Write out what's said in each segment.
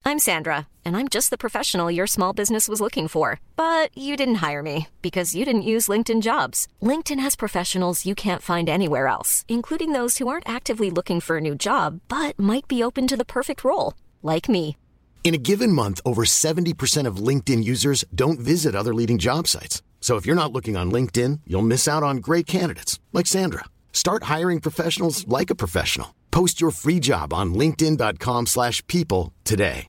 I'm Sandra, and I'm just the professional your small business was looking for. But you didn't hire me because you didn't use LinkedIn Jobs. LinkedIn has professionals you can't find anywhere else, including those who aren't actively looking for a new job, but might be open to the perfect role, like me. In a given month, over 70% of LinkedIn users don't visit other leading job sites. So if you're not looking on LinkedIn, you'll miss out on great candidates like Sandra. Start hiring professionals like a professional. Post your free job on linkedin.com/people today.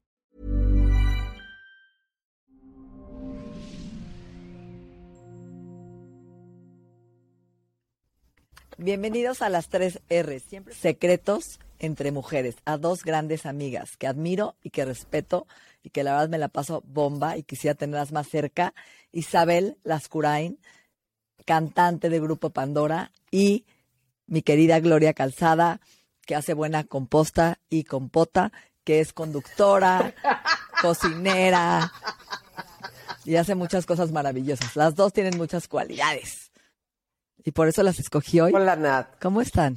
Bienvenidos a las 3 R's, siempre secretos entre mujeres, a dos grandes amigas que admiro y que respeto y que la verdad me la paso bomba y quisiera tenerlas más cerca. Isabel Lascurain, cantante de Grupo Pandora, y mi querida Gloria Calzada, que hace buena composta y compota, que es conductora, cocinera y hace muchas cosas maravillosas. Las dos tienen muchas cualidades y por eso las escogí hoy. Hola, Nat. ¿Cómo están?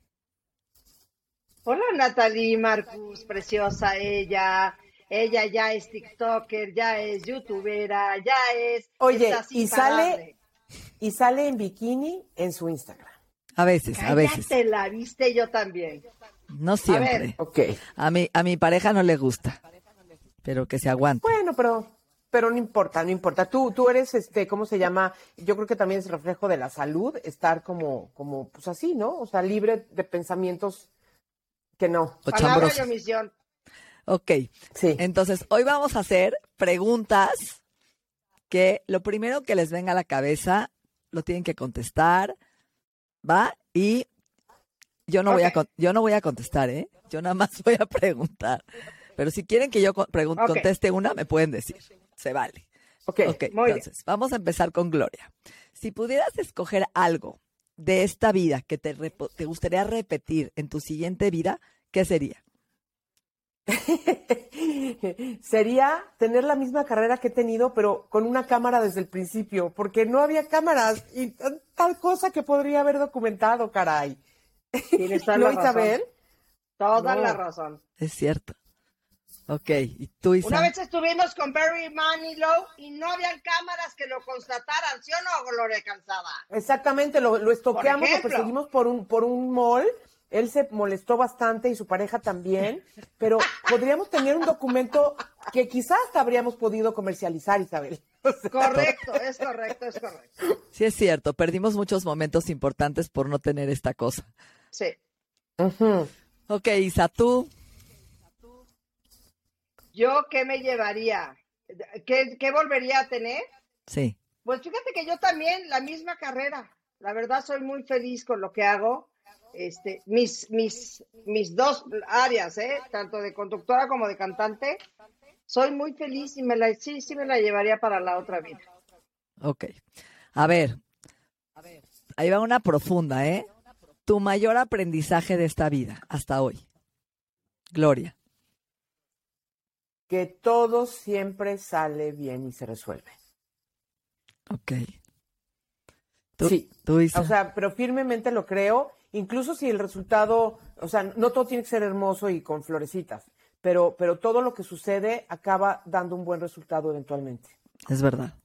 Hola, Natalie Marcus, preciosa ella. Ella ya es TikToker, ya es youtubera, ya es... Oye, y sale en bikini en su Instagram. A veces. Cállate, la viste yo también. No siempre. A ver. Ok. A mi pareja no le gusta, pero que se aguante. Bueno, pero no importa. Tú eres, ¿cómo se llama? Yo creo que también es reflejo de la salud, estar como, pues así, ¿no? O sea, libre de pensamientos que no. Palabra y omisión. Ok, sí. Entonces hoy vamos a hacer preguntas que lo primero que les venga a la cabeza lo tienen que contestar, ¿va? Y yo no voy a contestar, ¿eh? Yo nada más voy a preguntar. Pero si quieren que yo conteste una, me pueden decir. Se vale. Ok, muy entonces, bien. Vamos a empezar con Gloria. Si pudieras escoger algo de esta vida que te gustaría repetir en tu siguiente vida, ¿qué sería? Sería tener la misma carrera que he tenido, pero con una cámara desde el principio, porque no había cámaras y tal cosa que podría haber documentado, caray. Tienes toda ¿No, la razón. Isabel? Toda la razón. Es cierto. Ok, ¿y tú, Isa? Una vez estuvimos con Barry Manilow y no habían cámaras que lo constataran, ¿sí o no, Gloria Calzada? Exactamente, lo estoqueamos, lo ejemplo. perseguimos por un mall. Él se molestó bastante y su pareja también, pero podríamos tener un documento que quizás hasta habríamos podido comercializar, Isabel. Correcto, es correcto. Sí, es cierto. Perdimos muchos momentos importantes por no tener esta cosa. Sí. Uh-huh. Ok, Isa, ¿tú? ¿Yo qué me llevaría? ¿Qué volvería a tener? Sí. Pues fíjate que yo también, la misma carrera. La verdad, soy muy feliz con lo que hago. Mis dos áreas, tanto de conductora como de cantante, soy muy feliz y sí me la llevaría para la otra vida. Ok. A ver, ahí va una profunda, ¿eh? Tu mayor aprendizaje de esta vida hasta hoy. Gloria. Que todo siempre sale bien y se resuelve. Ok. Sí, tú, Isa. O sea, pero firmemente lo creo, incluso si el resultado, o sea, no todo tiene que ser hermoso y con florecitas, pero todo lo que sucede acaba dando un buen resultado eventualmente. Es verdad.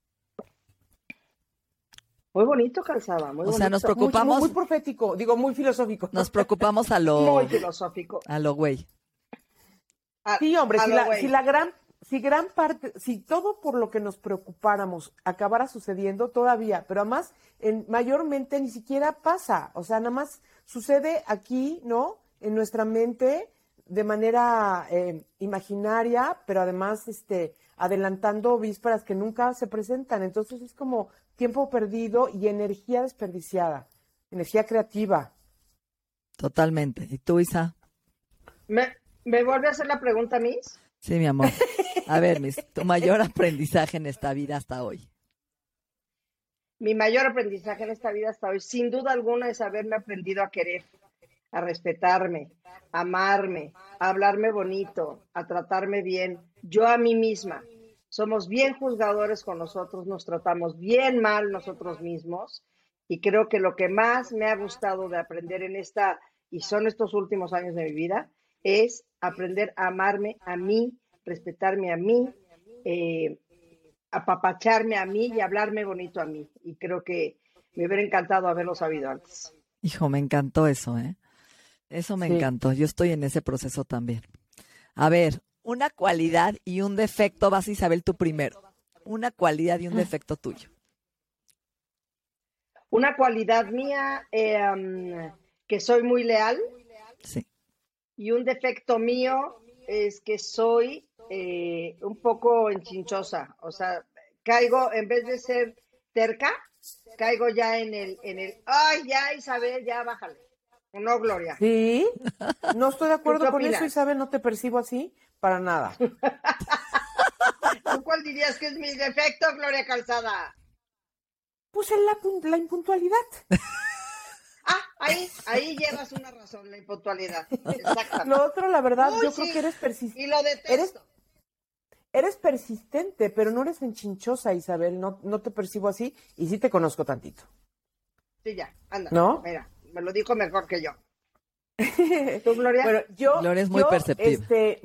Muy bonito, Calzada, muy bonito. O sea, nos preocupamos... Muy profético, digo, muy filosófico. Nos preocupamos a lo... Muy filosófico. A lo güey. Sí, hombre, si gran parte, si todo por lo que nos preocupáramos acabara sucediendo todavía, pero además mayormente ni siquiera pasa, o sea, nada más sucede aquí, ¿no? En nuestra mente de manera imaginaria, pero además adelantando vísperas que nunca se presentan, entonces es como tiempo perdido y energía desperdiciada, energía creativa. Totalmente. ¿Y tú, Isa? ¿Me vuelve a hacer la pregunta, Miss? Sí, mi amor. A ver, Miss, tu mayor aprendizaje en esta vida hasta hoy. Mi mayor aprendizaje en esta vida hasta hoy, sin duda alguna, es haberme aprendido a querer, a respetarme, a amarme, a hablarme bonito, a tratarme bien. Yo a mí misma. Somos bien juzgadores con nosotros, nos tratamos bien mal nosotros mismos. Y creo que lo que más me ha gustado de aprender y son estos últimos años de mi vida, es aprender a amarme a mí respetarme a mí, apapacharme a mí y hablarme bonito a mí. Y creo que me hubiera encantado haberlo sabido antes. Hijo, me encantó eso, ¿eh? Eso me encantó. Yo estoy en ese proceso también. A ver, una cualidad y un defecto, vas Isabel tú primero. Una cualidad y un defecto tuyo. Una cualidad mía, que soy muy leal. Sí. Y un defecto mío es que soy un poco enchinchosa. O sea, caigo, en vez de ser terca, caigo ya en el, ay, ya Isabel, ya bájale. No, Gloria. Sí, no estoy de acuerdo con opinas? eso, Isabel, no te percibo así, para nada. ¿Tú cuál dirías que es mi defecto, Gloria Calzada? Pues en la impuntualidad. Ahí llevas una razón, la impuntualidad. Exactamente. Lo otro, la verdad, yo creo que eres persistente. Y lo detesto. Eres persistente, pero no eres enchinchosa, Isabel, no te percibo así y sí te conozco tantito. Sí, ya, anda. ¿No? Mira, me lo dijo mejor que yo. ¿Tú, Gloria? Bueno, Gloria es muy perceptiva.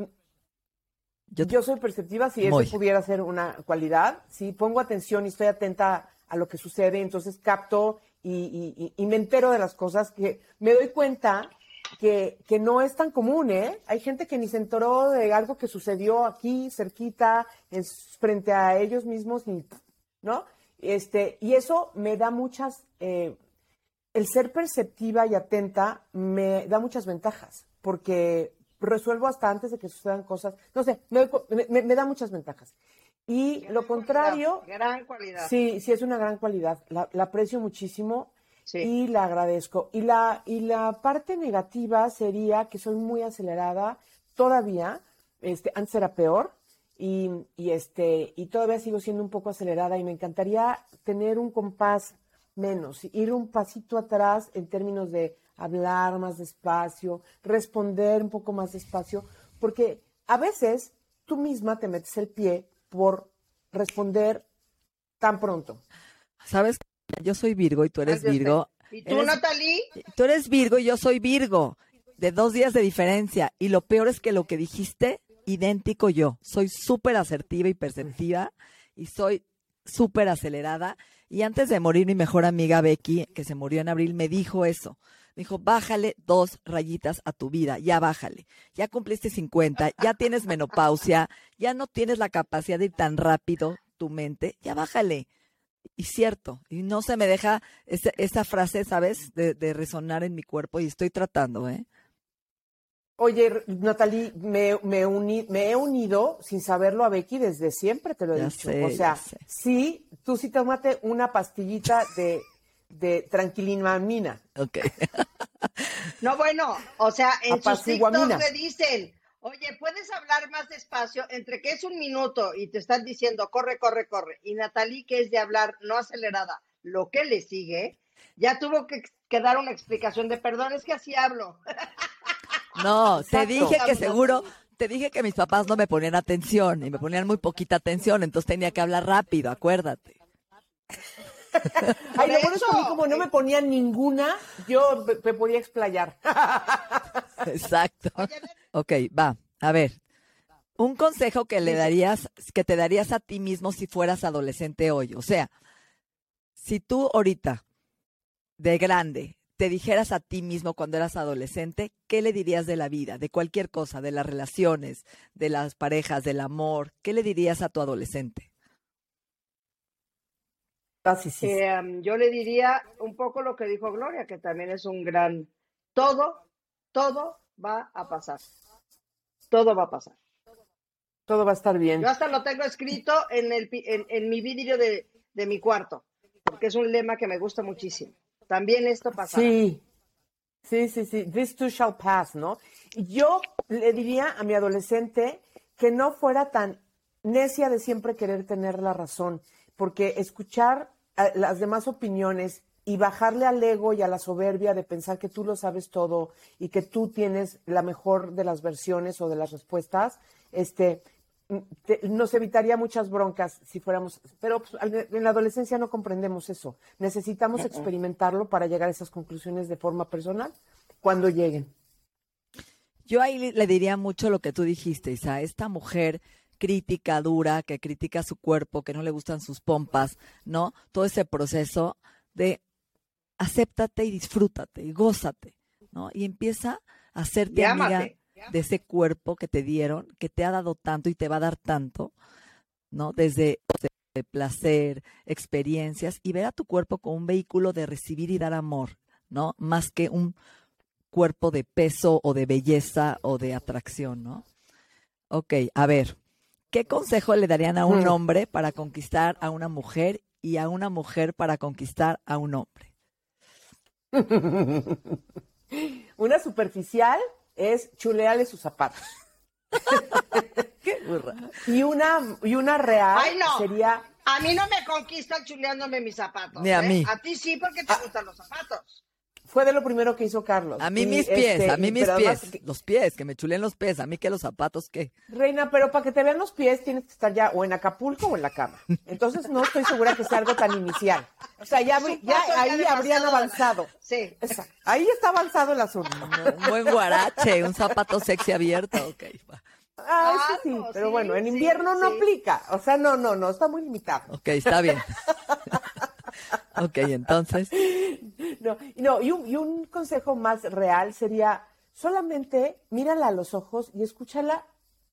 Yo soy perceptiva, si eso pudiera ser una cualidad. Si pongo atención y estoy atenta a lo que sucede, entonces capto y me entero de las cosas, que me doy cuenta que no es tan común, ¿eh? Hay gente que ni se enteró de algo que sucedió aquí, cerquita, frente a ellos mismos, ¿no? Y eso me da muchas... el ser perceptiva y atenta me da muchas ventajas, porque resuelvo hasta antes de que sucedan cosas. No sé, me da muchas ventajas. Y Gran lo contrario... Gran cualidad. Sí, es una gran cualidad. La aprecio muchísimo y la agradezco. Y la parte negativa sería que soy muy acelerada todavía. Antes era peor. Y todavía sigo siendo un poco acelerada y me encantaría tener un compás menos, ir un pasito atrás en términos de hablar más despacio, responder un poco más despacio, porque a veces tú misma te metes el pie por responder tan pronto. ¿Sabes? Yo soy Virgo y tú eres Virgo. ¿Y tú, Natalie? Tú eres Virgo y yo soy Virgo, de 2 días de diferencia. Y lo peor es que lo que dijiste, idéntico yo. Soy súper asertiva y perceptiva y soy súper acelerada. Y antes de morir, mi mejor amiga Becky, que se murió en abril, me dijo eso. Me dijo, bájale 2 rayitas a tu vida, ya bájale. Ya cumpliste 50, ya tienes menopausia, ya no tienes la capacidad de ir tan rápido tu mente, ya bájale. Y cierto, y no se me deja esa frase, ¿sabes?, de resonar en mi cuerpo y estoy tratando, ¿eh? Oye, Natalie, me he unido sin saberlo a Becky desde siempre, te lo he dicho. Sé, o sea, sí, tú sí tómate una pastillita de tranquilinamina. Ok. No, bueno, o sea, en sus Apaciguamina. TikToks le dicen, oye, ¿puedes hablar más despacio? Entre que es 1 minuto y te están diciendo, corre, corre, corre. Y Natalie, que es de hablar no acelerada, lo que le sigue, ya tuvo que dar una explicación de perdón, es que así hablo. No, Exacto. te dije que seguro, te dije que mis papás no me ponían atención y me ponían muy poquita atención, entonces tenía que hablar rápido, acuérdate. Ay, lo bueno es que a mí como no me ponían ninguna, yo me podía explayar. Exacto. Ok, va, a ver. Un consejo que te darías a ti mismo si fueras adolescente hoy. O sea, si tú ahorita, de grande, te dijeras a ti mismo cuando eras adolescente, ¿qué le dirías de la vida, de cualquier cosa, de las relaciones, de las parejas, del amor? ¿Qué le dirías a tu adolescente? Yo le diría un poco lo que dijo Gloria, que también es un gran... Todo va a pasar. Todo va a pasar. Todo va a estar bien. Yo hasta lo tengo escrito en mi vidrio de mi cuarto, porque es un lema que me gusta muchísimo. También esto pasará. Sí. This too shall pass, ¿no? Yo le diría a mi adolescente que no fuera tan necia de siempre querer tener la razón, porque escuchar las demás opiniones y bajarle al ego y a la soberbia de pensar que tú lo sabes todo y que tú tienes la mejor de las versiones o de las respuestas, nos evitaría muchas broncas si fuéramos, pero pues, en la adolescencia no comprendemos eso. Necesitamos experimentarlo para llegar a esas conclusiones de forma personal cuando lleguen. Yo ahí le diría mucho lo que tú dijiste, Isa, esta mujer crítica dura, que critica su cuerpo, que no le gustan sus pompas, ¿no? Todo ese proceso de acéptate y disfrútate y gózate, ¿no? Y empieza a hacerte amiga de ese cuerpo que te dieron, que te ha dado tanto y te va a dar tanto, ¿no? Desde placer, experiencias, y ver a tu cuerpo como un vehículo de recibir y dar amor, ¿no? Más que un cuerpo de peso o de belleza o de atracción, ¿no? Ok, a ver, ¿qué consejo le darían a un hombre para conquistar a una mujer y a una mujer para conquistar a un hombre? Una superficial es chulearle sus zapatos. Qué burra. Y una real sería... A mí no me conquistan chuleándome mis zapatos. Ni a mí. A ti sí, porque te gustan los zapatos. Fue de lo primero que hizo Carlos. A mí mis pies, los pies, que me chulen los pies, a mí que los zapatos, ¿qué? Reina, pero para que te vean los pies tienes que estar ya o en Acapulco o en la cama. Entonces no estoy segura que sea algo tan inicial. O sea, ya ahí habrían avanzado. Sí. Exacto. Ahí está avanzado el asunto. Un buen guarache, un zapato sexy abierto, ok. Eso sí, pero bueno, en invierno no aplica. O sea, no, está muy limitado. Ok, está bien. Ok, entonces. No, y un consejo más real sería solamente mírala a los ojos y escúchala.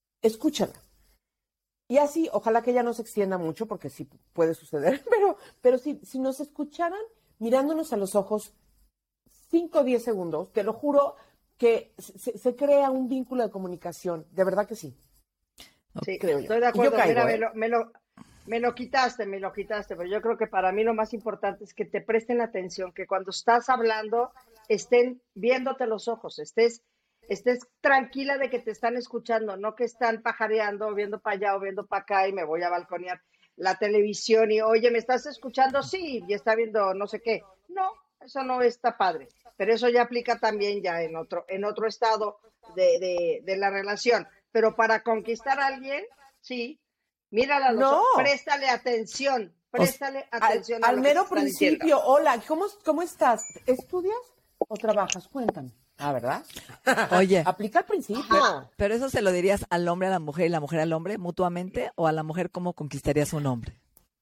Y así, ojalá que ella no se extienda mucho, porque sí puede suceder, pero si nos escucharan mirándonos a los ojos 5 o 10 segundos, te lo juro que se crea un vínculo de comunicación, de verdad que sí. Sí, creo yo. Estoy de acuerdo. Yo caigo, Mira, me lo quitaste, pero yo creo que para mí lo más importante es que te presten atención, que cuando estás hablando estén viéndote los ojos, estés tranquila de que te están escuchando, no que están pajareando, viendo para allá o viendo para acá y me voy a balconear la televisión y, oye, ¿me estás escuchando? Sí, y está viendo no sé qué. No, eso no está padre, pero eso ya aplica también ya en otro estado de la relación. Pero para conquistar a alguien, sí, mírala a los ojos, préstale atención a al lo mero que te principio. diciendo. Hola, ¿cómo estás? ¿Estudias o trabajas? Cuéntame. Ah, ¿verdad? Oye. Aplica al principio. Pero eso se lo dirías al hombre a la mujer y la mujer al hombre mutuamente, o a la mujer cómo conquistarías a un hombre.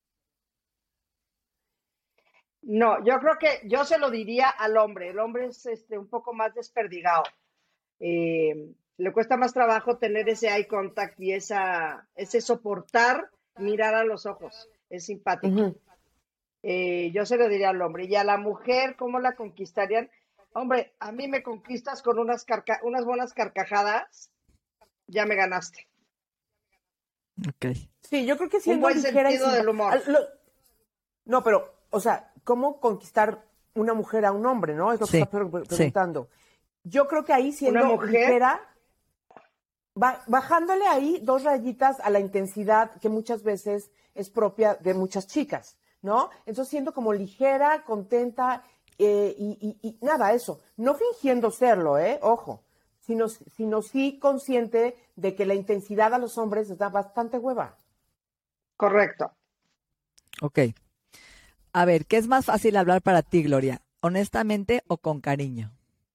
No, yo creo que yo se lo diría al hombre. El hombre es un poco más desperdigado. Le cuesta más trabajo tener ese eye contact y ese soportar mirar a los ojos. Es simpático. Uh-huh. Yo se lo diría al hombre. Y a la mujer, ¿cómo la conquistarían? Hombre, a mí me conquistas con unas buenas carcajadas, ya me ganaste. Okay. Sí, yo creo que siendo un buen sentido del humor. No, pero, o sea, ¿cómo conquistar una mujer a un hombre, no? Es lo que estás preguntando. Sí. Yo creo que ahí siendo ligera, bajándole ahí 2 rayitas a la intensidad que muchas veces es propia de muchas chicas, ¿no? Entonces siendo como ligera, contenta y nada, eso. No fingiendo serlo, ojo, sino sí consciente de que la intensidad a los hombres les da bastante hueva. Correcto. Ok. A ver, ¿qué es más fácil hablar para ti, Gloria? ¿Honestamente o con cariño?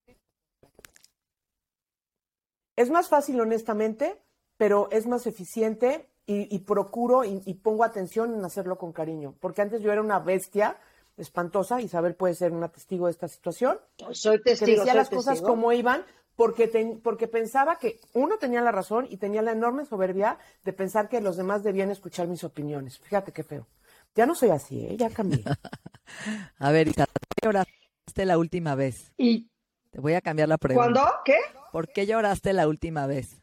Es más fácil honestamente, pero es más eficiente y procuro y pongo atención en hacerlo con cariño. Porque antes yo era una bestia espantosa, Isabel puede ser una testigo de esta situación. Soy testigo. Que decía las cosas como iban porque pensaba que uno tenía la razón y tenía la enorme soberbia de pensar que los demás debían escuchar mis opiniones. Fíjate qué feo. Ya no soy así, ya cambié. A ver, Isabel, ¿por qué lloraste la última vez? Te voy a cambiar la pregunta. ¿Cuándo? ¿Qué? ¿Por qué lloraste la última vez?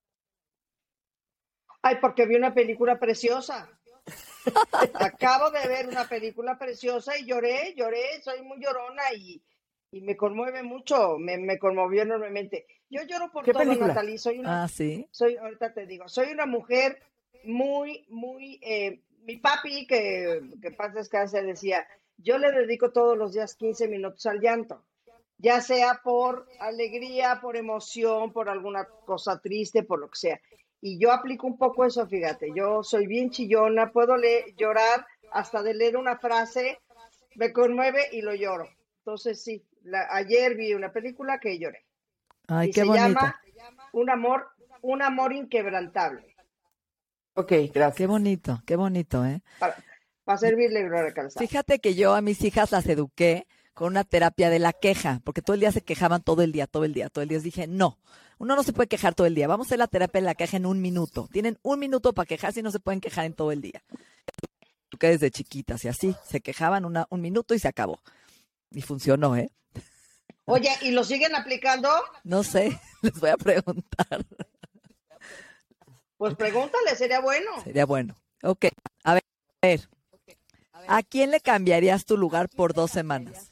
Ay, porque vi una película preciosa. Acabo de ver una película preciosa y lloré, soy muy llorona y me conmueve mucho, me conmovió enormemente. Yo lloro por todo, película? Natalie, ¿sí? Ahorita te digo, soy una mujer muy, mi papi, que paz descanse, decía, yo le dedico todos los días 15 minutos al llanto, ya sea por alegría, por emoción, por alguna cosa triste, por lo que sea. Y yo aplico un poco eso, fíjate, yo soy bien chillona, puedo llorar hasta de leer una frase, me conmueve y lo lloro. Entonces sí, ayer vi una película que lloré. Ay, y qué se bonita. llama Un amor inquebrantable. Ok, gracias. Qué bonito, ¿eh? Para servirle, Gloria Calzada. Fíjate que yo a mis hijas las eduqué con una terapia de la queja, porque todo el día se quejaban todo el día. Dije, no, uno no se puede quejar todo el día. Vamos a hacer la terapia de la queja en 1 minuto. Tienen 1 minuto para quejarse y no se pueden quejar en todo el día. Tú que desde chiquitas y así, se quejaban 1 minuto y se acabó. Y funcionó, ¿eh? Oye, ¿y lo siguen aplicando? No sé, les voy a preguntar. Pues pregúntale, sería bueno. Sería bueno. Ok, a ver. ¿A quién le cambiarías tu lugar por 2 semanas?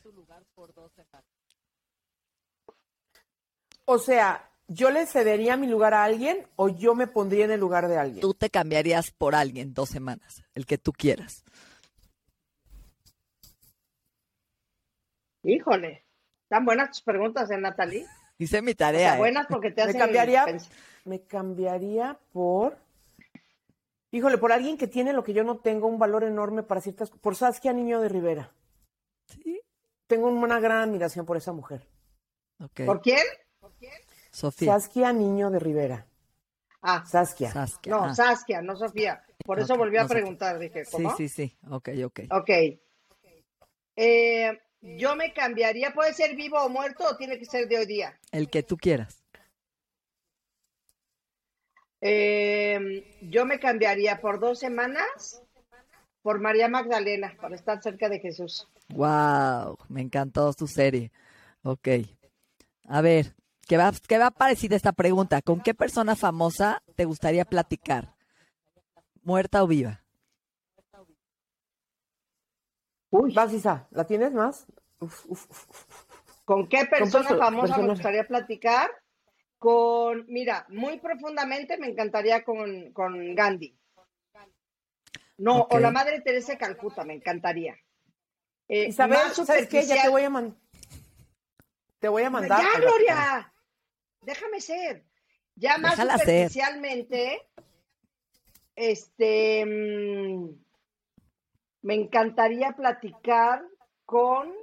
O sea, ¿yo le cedería mi lugar a alguien o yo me pondría en el lugar de alguien? Tú te cambiarías por alguien 2 semanas, el que tú quieras. Híjole, tan buenas tus preguntas, Natalie. Hice mi tarea. O sea, buenas porque te hacen... Me cambiaría por... Híjole, por alguien que tiene lo que yo no tengo, un valor enorme para ciertas... Por Saskia Niño de Rivera. ¿Sí? Tengo una gran admiración por esa mujer. Okay. ¿Por quién? Sofía. Saskia Niño de Rivera. Ah. Saskia. No, Saskia, no Sofía. Por eso volví a preguntar. Dije, ¿cómo? Sí. Ok. Ok. Yo me cambiaría, ¿puede ser vivo o muerto o tiene que ser de hoy día? El que tú quieras. Yo me cambiaría por 2 semanas por María Magdalena, para estar cerca de Jesús. Wow, me encantó tu serie. Ok. A ver, ¿qué va parecida esta pregunta? ¿Con qué persona famosa te gustaría platicar? ¿Muerta o viva? Uy, vas, Isa, ¿la tienes más? ¿Con qué persona famosa me gustaría platicar? Mira, muy profundamente me encantaría con Gandhi. No, okay. O la Madre Teresa de Calcuta, me encantaría. Isabel, ¿sabes qué? Ya te voy a mandar. Ya, Gloria, déjame ser. Ya más déjala superficialmente, me encantaría platicar con,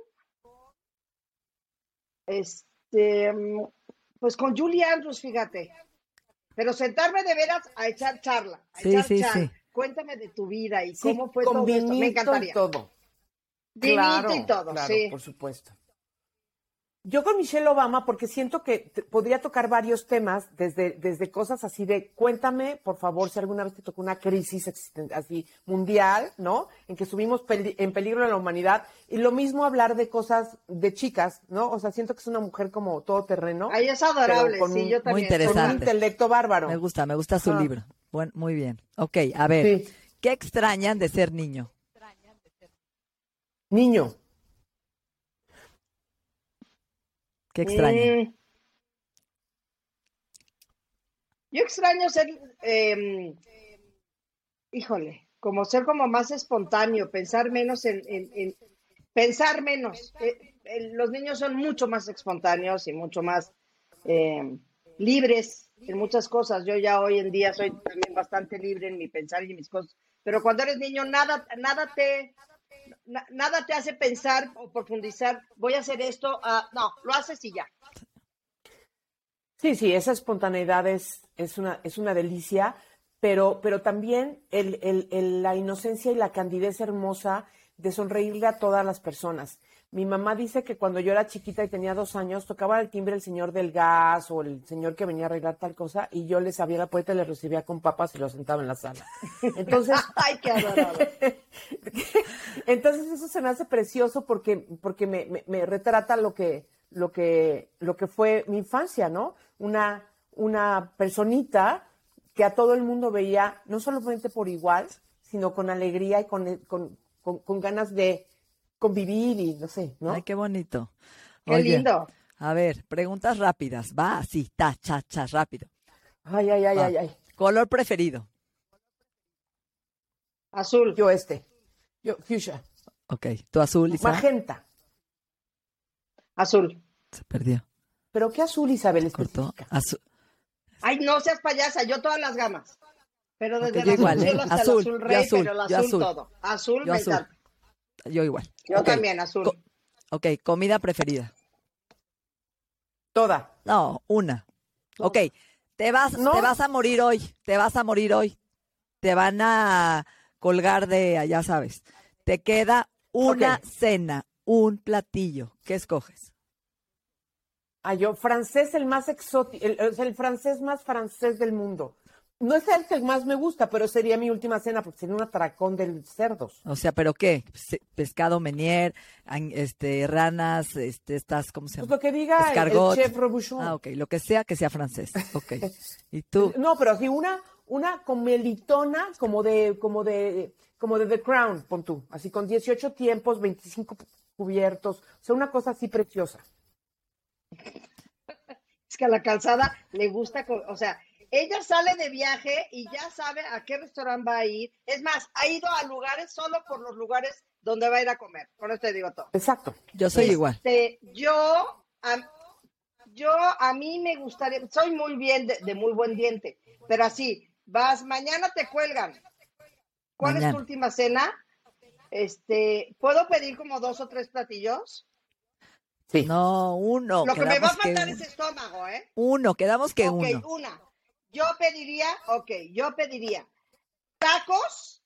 pues con Julie Andrews, fíjate. Pero sentarme de veras a echar charla. Sí. Cuéntame de tu vida y cómo fue todo esto. Me encantaría. Y todo. Vinito y todo, claro, sí. Por supuesto. Yo con Michelle Obama, porque siento que podría tocar varios temas, desde cosas así de, cuéntame, por favor, si alguna vez te tocó una crisis así mundial, ¿no? En que estuvimos en peligro de la humanidad. Y lo mismo hablar de cosas de chicas, ¿no? O sea, siento que es una mujer como todoterreno. Ahí es adorable, sí, yo también. Muy interesante. Con un intelecto bárbaro. Me gusta su libro. Bueno, muy bien. Ok, a ver, sí. ¿Qué extrañan de ser niño? Niño. ¿Qué extraño? Yo extraño ser, ser como más espontáneo, pensar menos pensar menos. Los niños son mucho más espontáneos y mucho más libres en muchas cosas. Yo ya hoy en día soy también bastante libre en mi pensar y mis cosas. Pero cuando eres niño, nada te hace pensar o profundizar, voy a hacer esto, no, lo haces y ya. Sí, esa espontaneidad es una delicia, pero también la inocencia y la candidez hermosa de sonreírle a todas las personas. Mi mamá dice que cuando yo era chiquita y tenía 2 años, tocaba el timbre el señor del gas o el señor que venía a arreglar tal cosa y yo les abría la puerta y les recibía con papas y los sentaba en la sala. Entonces, ¡ay, qué adorable! Entonces eso se me hace precioso porque me retrata lo que fue mi infancia, ¿no? Una personita que a todo el mundo veía no solamente por igual, sino con alegría y con ganas de convivir y no sé, ¿no? Ay, qué bonito. Qué lindo. A ver, preguntas rápidas. Va así, rápido. Ay. ¿Color preferido? Azul. Yo fuchsia. Ok, ¿tu azul, Isa? Magenta. Azul. Se perdió. ¿Pero qué azul, Isabel? Cortó. Azul. Ay, no seas payasa, yo todas las gamas. Pero desde okay, el azul cielo hasta azul, el azul rey, azul, pero el azul todo. Azul me encanta. Yo igual. Yo también, azul. Ok, comida preferida. Toda. No, una. Ok, te vas a morir hoy. te van a colgar de, ya sabes, te queda una cena, un platillo. ¿Qué escoges? Yo, francés, el más exótico, el francés más francés del mundo. No es el que más me gusta, pero sería mi última cena porque sería un atracón de cerdos. O sea, ¿pero qué? Pescado Meunier, ranas, estas, ¿cómo se llama? Pues lo que diga Escargot. el chef Robuchon. Ok, lo que sea francés. Ok. ¿Y tú? No, pero así una comelitona como de The Crown, pon tú. Así con 18 tiempos, 25 cubiertos. O sea, una cosa así preciosa. Es que a la Calzada le gusta, o sea, ella sale de viaje y ya sabe a qué restaurante va a ir. Es más, ha ido a lugares solo por los lugares donde va a ir a comer. Con esto te digo todo. Exacto. Yo soy igual. A mí me gustaría, soy muy bien de muy buen diente, pero así, mañana te cuelgan. ¿Cuál es tu última cena? ¿Puedo pedir como 2 o 3 platillos? Sí. No, uno. Lo que me va a faltar es estómago, ¿eh? Uno, quedamos que uno. Ok, una. Yo pediría tacos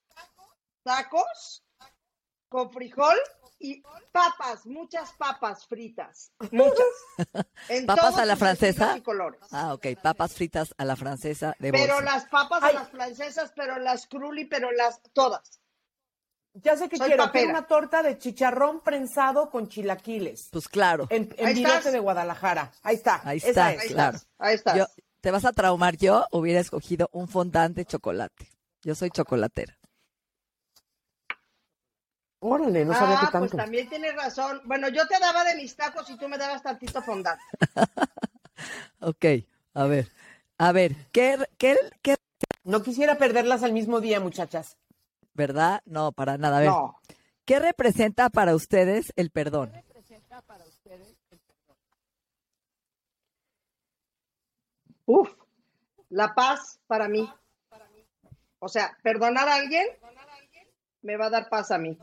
con frijol y papas, muchas papas fritas, muchas. ¿Papas a la francesa? Y colores. Ok, papas fritas a la francesa de Pero bolsa. las papas a las francesas, pero las cruli, pero todas. Ya sé que quiero una torta de chicharrón prensado con chilaquiles. Pues claro. En Virote de Guadalajara. Ahí está. Ahí está, claro. Ahí está. Te vas a traumar. Yo hubiera escogido un fondant de chocolate. Yo soy chocolatera. Órale, no sabía que tanto. Pues también tienes razón. Bueno, yo te daba de mis tacos y tú me dabas tantito fondant. Ok, a ver, ¿qué? No quisiera perderlas al mismo día, muchachas. ¿Verdad? No, para nada. A ver, no. ¿Qué representa para ustedes el perdón? La paz para mí. O sea, perdonar a alguien me va a dar paz a mí.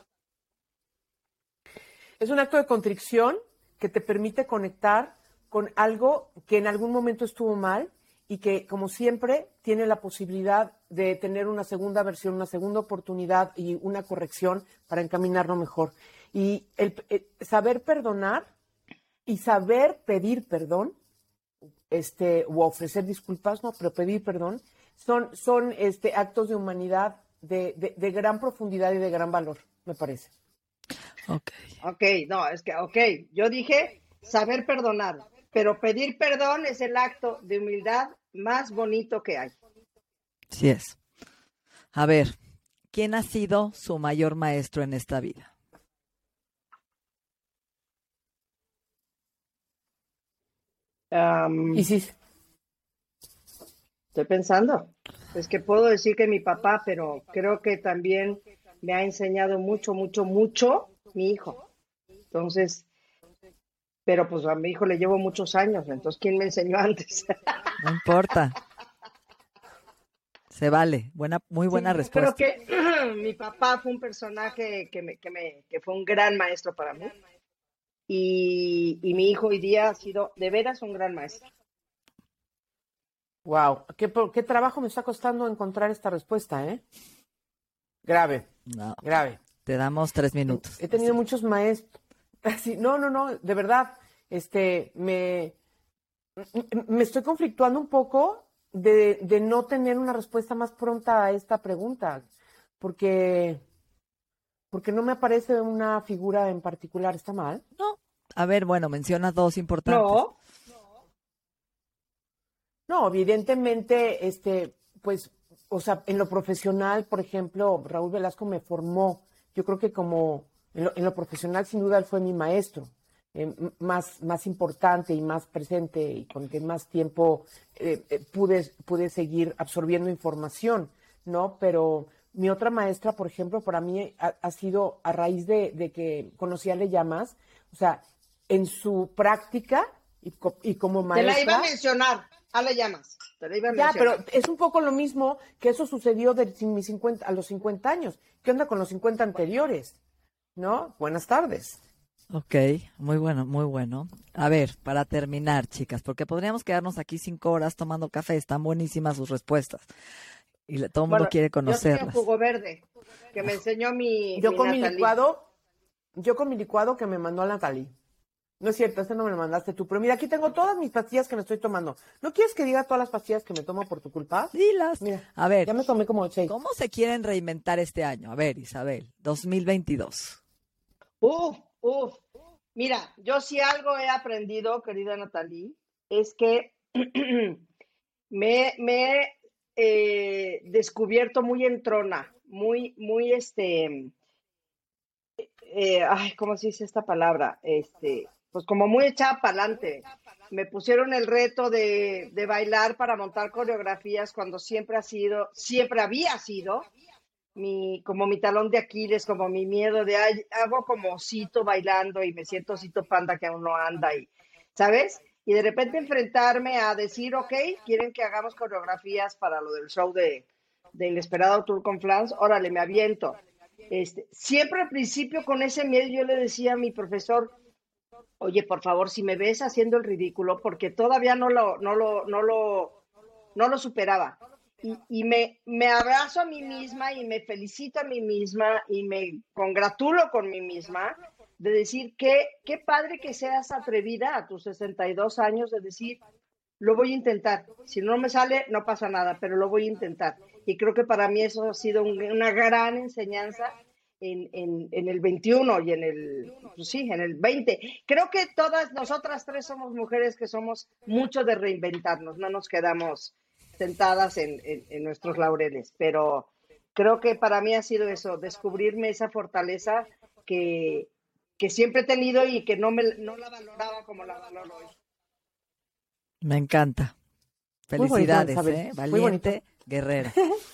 Es un acto de contrición que te permite conectar con algo que en algún momento estuvo mal y que, como siempre, tiene la posibilidad de tener una segunda versión, una segunda oportunidad y una corrección para encaminarlo mejor. Y el saber perdonar y saber pedir perdón, o ofrecer disculpas, no, pero pedir perdón, son actos de humanidad de gran profundidad y de gran valor, me parece. Ok, no, es que, yo dije saber perdonar, pero pedir perdón es el acto de humildad más bonito que hay. Sí es. A ver, ¿quién ha sido su mayor maestro en esta vida? ¿Y sí? Estoy pensando. Es que puedo decir que mi papá, pero creo que también me ha enseñado mucho mi hijo. Entonces, pero pues a mi hijo le llevo muchos años, entonces ¿quién me enseñó antes? No importa. Se vale. Muy buena respuesta. Creo que mi papá fue un personaje que fue un gran maestro para mí. Y mi hijo hoy día ha sido de veras un gran maestro. Wow, qué trabajo me está costando encontrar esta respuesta, ¿eh? Grave. No. Grave. Te damos 3 minutos. He tenido muchos maestros. No, de verdad, me estoy conflictuando un poco de no tener una respuesta más pronta a esta pregunta, porque no me aparece una figura en particular. ¿Está mal? No. A ver, bueno, menciona 2 importantes. No, evidentemente, pues, o sea, en lo profesional, por ejemplo, Raúl Velasco me formó. Yo creo que como en lo profesional, sin duda, él fue mi maestro, más importante y más presente y con el que más tiempo pude seguir absorbiendo información, ¿no? Pero mi otra maestra, por ejemplo, para mí ha sido a raíz de que conocí a Le Llamas, o sea, en su práctica y como maestra. Te la iba a mencionar. Le Llamas. Te la iba a mencionar. Pero es un poco lo mismo que eso sucedió a los 50 años. ¿Qué onda con los 50 anteriores? ¿No? Buenas tardes. Ok, muy bueno, muy bueno. A ver, para terminar, chicas, porque podríamos quedarnos aquí 5 horas tomando café, están buenísimas sus respuestas. Y todo el mundo quiere conocerlas. Yo soy jugo verde, que me enseñó Yo con mi licuado que me mandó Natalie. No es cierto, no me lo mandaste tú. Pero mira, aquí tengo todas mis pastillas que me estoy tomando. ¿No quieres que diga todas las pastillas que me tomo por tu culpa? Dilas. Mira, a ver. Ya me tomé como 6. ¿Cómo se quieren reinventar este año? A ver, Isabel, 2022. Mira, yo sí algo he aprendido, querida Natalie, es que me he descubierto muy entrona, muy, ¿cómo se dice esta palabra? Pues como muy echada para adelante. Me pusieron el reto de bailar para montar coreografías cuando siempre había sido como mi talón de Aquiles, como mi miedo de, hago como osito bailando y me siento osito panda que aún no anda, y, ¿sabes? Y de repente enfrentarme a decir, ok, quieren que hagamos coreografías para lo del show de Inesperado Tour con Flans, órale, me aviento. Siempre al principio con ese miedo yo le decía a mi profesor, oye, por favor, si me ves haciendo el ridículo, porque todavía no lo superaba. Y me abrazo a mí misma y me felicito a mí misma y me congratulo con mí misma de decir qué padre que seas atrevida a tus 62 años de decir, lo voy a intentar. Si no me sale, no pasa nada, pero lo voy a intentar. Y creo que para mí eso ha sido una gran enseñanza en el 21 y en el 20. Creo que todas nosotras tres somos mujeres que somos mucho de reinventarnos, no nos quedamos sentadas en nuestros laureles, pero creo que para mí ha sido eso, descubrirme esa fortaleza que siempre he tenido y que no la valoraba como la valoro hoy. Me encanta. Felicidades, bonito, valiente guerrera.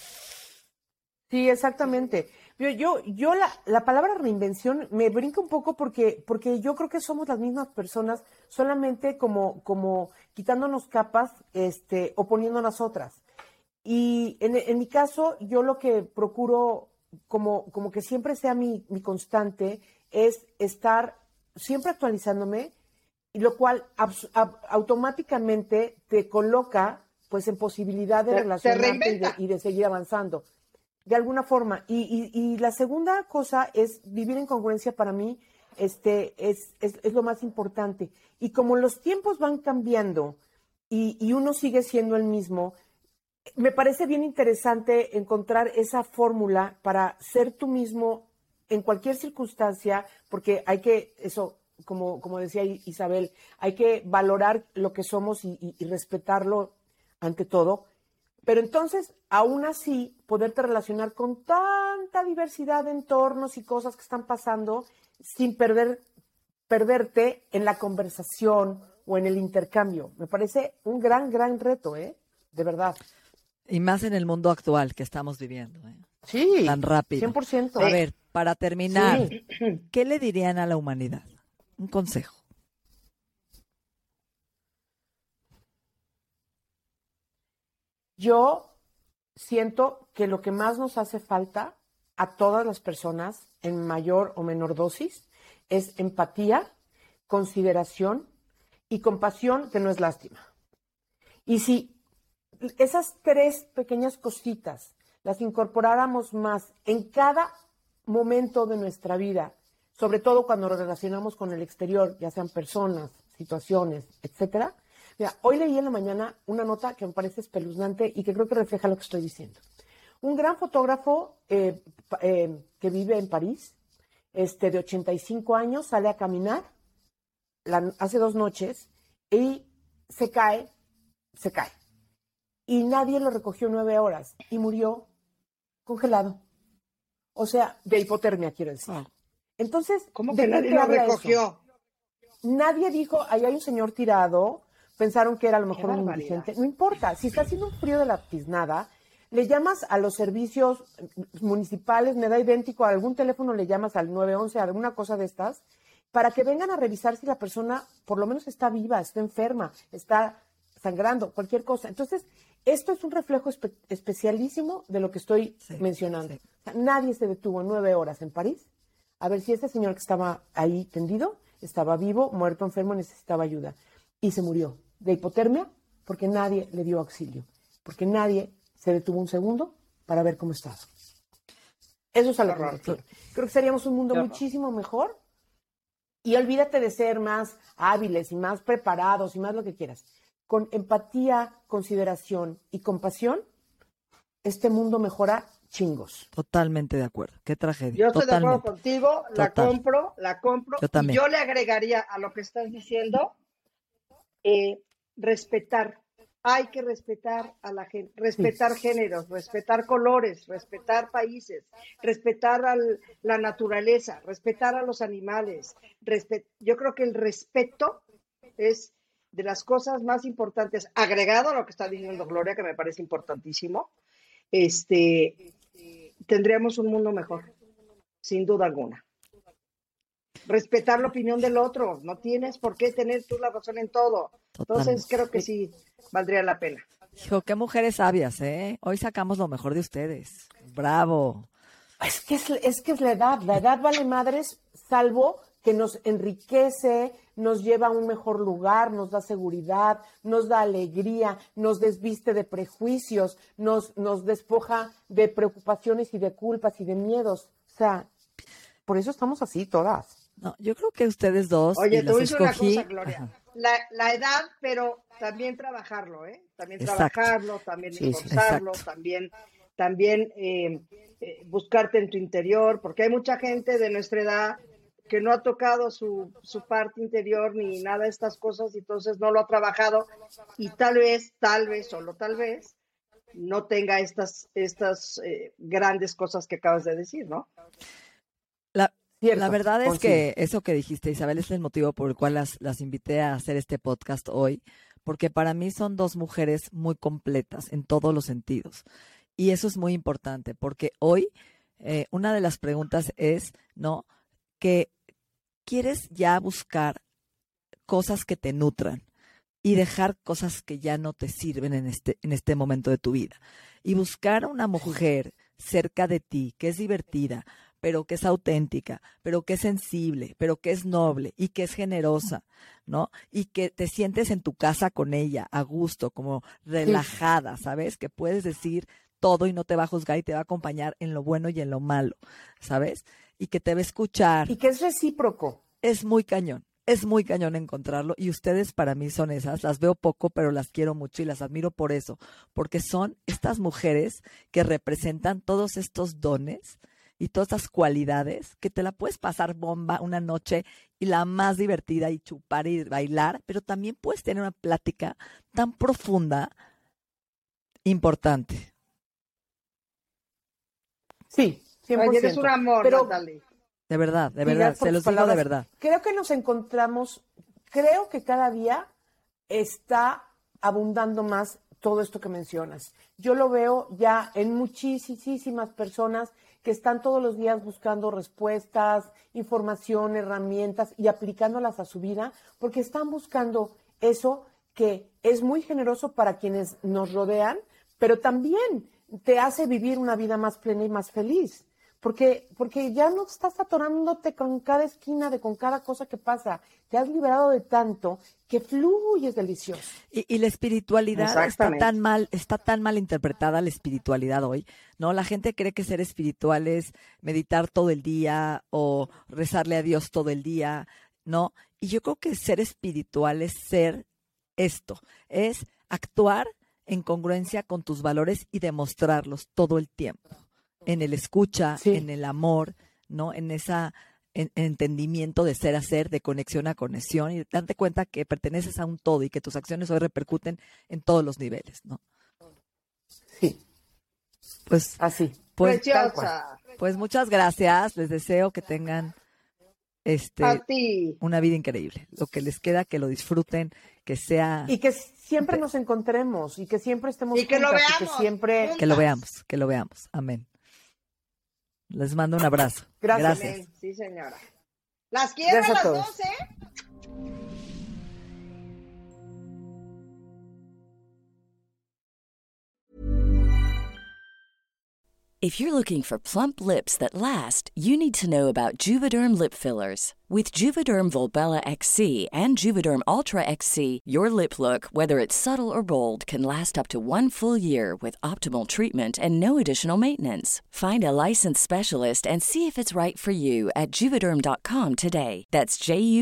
Sí, exactamente. Yo la palabra reinvención me brinca un poco porque yo creo que somos las mismas personas, solamente como quitándonos capas, o poniéndonos otras. Y en mi caso, yo lo que procuro, como que siempre sea mi constante, es estar siempre actualizándome, y lo cual automáticamente te coloca pues en posibilidad de relacionarte y de seguir avanzando. De alguna forma. Y la segunda cosa es vivir en congruencia. Para mí es lo más importante. Y como los tiempos van cambiando y uno sigue siendo el mismo, me parece bien interesante encontrar esa fórmula para ser tú mismo en cualquier circunstancia, porque hay que, eso, como decía Isabel, hay que valorar lo que somos y respetarlo ante todo. Pero entonces, aún así, poderte relacionar con tanta diversidad de entornos y cosas que están pasando sin perderte en la conversación o en el intercambio. Me parece un gran, gran reto, de verdad. Y más en el mundo actual que estamos viviendo. Sí, tan rápido. 100%. A ver, para terminar, ¿qué le dirían a la humanidad? Un consejo. Yo siento que lo que más nos hace falta a todas las personas, en mayor o menor dosis, es empatía, consideración y compasión, que no es lástima. Y si esas tres pequeñas cositas las incorporáramos más en cada momento de nuestra vida, sobre todo cuando nos relacionamos con el exterior, ya sean personas, situaciones, etcétera. Mira, hoy leí en la mañana una nota que me parece espeluznante y que creo que refleja lo que estoy diciendo. Un gran fotógrafo que vive en París, de 85 años, sale a caminar hace 2 noches y se cae. Y nadie lo recogió 9 horas y murió congelado. O sea, de hipotermia, quiero decir. Entonces, ¿cómo que nadie lo recogió? Eso? Nadie dijo, ahí hay un señor tirado. Pensaron que era a lo mejor un indigente. No importa, si está haciendo un frío de la tiznada, le llamas a los servicios municipales, me da idéntico, a algún teléfono le llamas al 911, alguna cosa de estas, para que vengan a revisar si la persona por lo menos está viva, está enferma, está sangrando, cualquier cosa. Entonces, esto es un reflejo especialísimo de lo que estoy mencionando. Sí. O sea, nadie se detuvo 9 horas en París a ver si ese señor que estaba ahí tendido estaba vivo, muerto, enfermo, necesitaba ayuda. Y se murió de hipotermia porque nadie le dio auxilio, porque nadie se detuvo un segundo para ver cómo estás. Eso es a lo que me refiero. Creo que seríamos un mundo muchísimo mejor. Y olvídate de ser más hábiles y más preparados y más lo que quieras. Con empatía, consideración y compasión, este mundo mejora chingos. Totalmente de acuerdo. Qué tragedia. Yo estoy Totalmente. de acuerdo contigo, la compro. Yo también. Y yo le agregaría a lo que estás diciendo, respetar. Hay que respetar a la gente, respetar géneros, respetar colores, respetar países, respetar a la naturaleza, respetar a los animales. Yo creo que el respeto es de las cosas más importantes, agregado a lo que está diciendo Gloria, que me parece importantísimo. Tendríamos un mundo mejor, sin duda alguna. Respetar la opinión del otro, no tienes por qué tener tú la razón en todo. Entonces creo que sí valdría la pena. Hijo, qué mujeres sabias, ¿eh? Hoy sacamos lo mejor de ustedes. Bravo. Es que es la edad vale madres, salvo que nos enriquece, nos lleva a un mejor lugar, nos da seguridad, nos da alegría, nos desviste de prejuicios, nos despoja de preocupaciones y de culpas y de miedos. O sea, por eso estamos así todas. No, yo creo que ustedes dos. Oye, te voy a decir una cosa, Gloria. La edad, pero también trabajarlo, ¿eh? También trabajarlo, también esforzarlo, también buscarte en tu interior, porque hay mucha gente de nuestra edad que no ha tocado su parte interior ni nada de estas cosas, y entonces no lo ha trabajado, y tal vez, solo tal vez, no tenga estas grandes cosas que acabas de decir, ¿no? La verdad es que eso que dijiste, Isabel, es el motivo por el cual las invité a hacer este podcast hoy, porque para mí son dos mujeres muy completas en todos los sentidos. Y eso es muy importante, porque hoy una de las preguntas es, ¿no?, que quieres ya buscar cosas que te nutran y dejar cosas que ya no te sirven en este momento de tu vida. Y buscar a una mujer cerca de ti que es divertida, pero que es auténtica, pero que es sensible, pero que es noble y que es generosa, ¿no? Y que te sientes en tu casa con ella, a gusto, como relajada, ¿sabes? Que puedes decir todo y no te va a juzgar y te va a acompañar en lo bueno y en lo malo, ¿sabes? Y que te va a escuchar. Y que es recíproco. Es muy cañón encontrarlo, y ustedes para mí son esas. Las veo poco, pero las quiero mucho y las admiro por eso, porque son estas mujeres que representan todos estos dones y todas estas cualidades que te la puedes pasar bomba una noche y la más divertida y chupar y bailar, pero también puedes tener una plática tan profunda, importante. Sí, 100%. Oye, eres un amor, pero, Natalie. De verdad, se los digo de verdad. Creo que nos encontramos, creo que cada día está abundando más todo esto que mencionas. Yo lo veo ya en muchísimas personas que están todos los días buscando respuestas, información, herramientas y aplicándolas a su vida, porque están buscando eso que es muy generoso para quienes nos rodean, pero también te hace vivir una vida más plena y más feliz. Porque ya no estás atorándote con cada esquina con cada cosa que pasa. Te has liberado de tanto que fluyes delicioso. Y la espiritualidad está tan mal interpretada, la espiritualidad hoy, ¿no? La gente cree que ser espiritual es meditar todo el día o rezarle a Dios todo el día, ¿no? Y yo creo que ser espiritual es ser esto, es actuar en congruencia con tus valores y demostrarlos todo el tiempo. En el escucha, en el amor, ¿no? En esa entendimiento de ser a ser, de conexión a conexión, y darte cuenta que perteneces a un todo y que tus acciones hoy repercuten en todos los niveles, ¿no? Sí. Pues así. Preciosa. Pues muchas gracias. Les deseo que tengan una vida increíble. Lo que les queda, que lo disfruten, que sea... Y que siempre nos encontremos y que siempre estemos y que juntas, lo veamos. Y que siempre... Que lo veamos. Amén. Les mando un abrazo. Gracias. Sí, señora. Las quiero a las 12. If you're looking for plump lips that last, you need to know about Juvederm lip fillers. With Juvederm Volbella XC and Juvederm Ultra XC, your lip look, whether it's subtle or bold, can last up to 1 full year with optimal treatment and no additional maintenance. Find a licensed specialist and see if it's right for you at Juvederm.com today. That's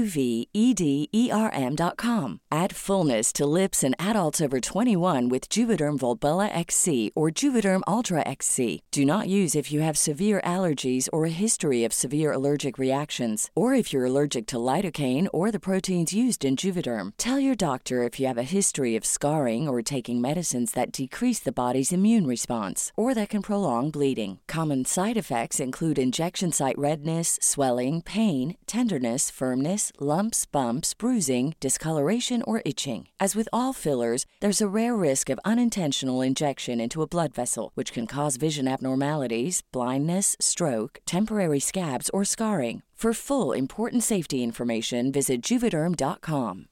JUVEDERM.com. Add fullness to lips in adults over 21 with Juvederm Volbella XC or Juvederm Ultra XC. Do not use if you have severe allergies or a history of severe allergic reactions, or if you're allergic to lidocaine or the proteins used in Juvederm. Tell your doctor if you have a history of scarring or taking medicines that decrease the body's immune response or that can prolong bleeding. Common side effects include injection site redness, swelling, pain, tenderness, firmness, lumps, bumps, bruising, discoloration, or itching. As with all fillers, there's a rare risk of unintentional injection into a blood vessel, which can cause vision abnormalities, blindness, stroke, temporary scabs, or scarring. For full, important safety information, visit Juvederm.com.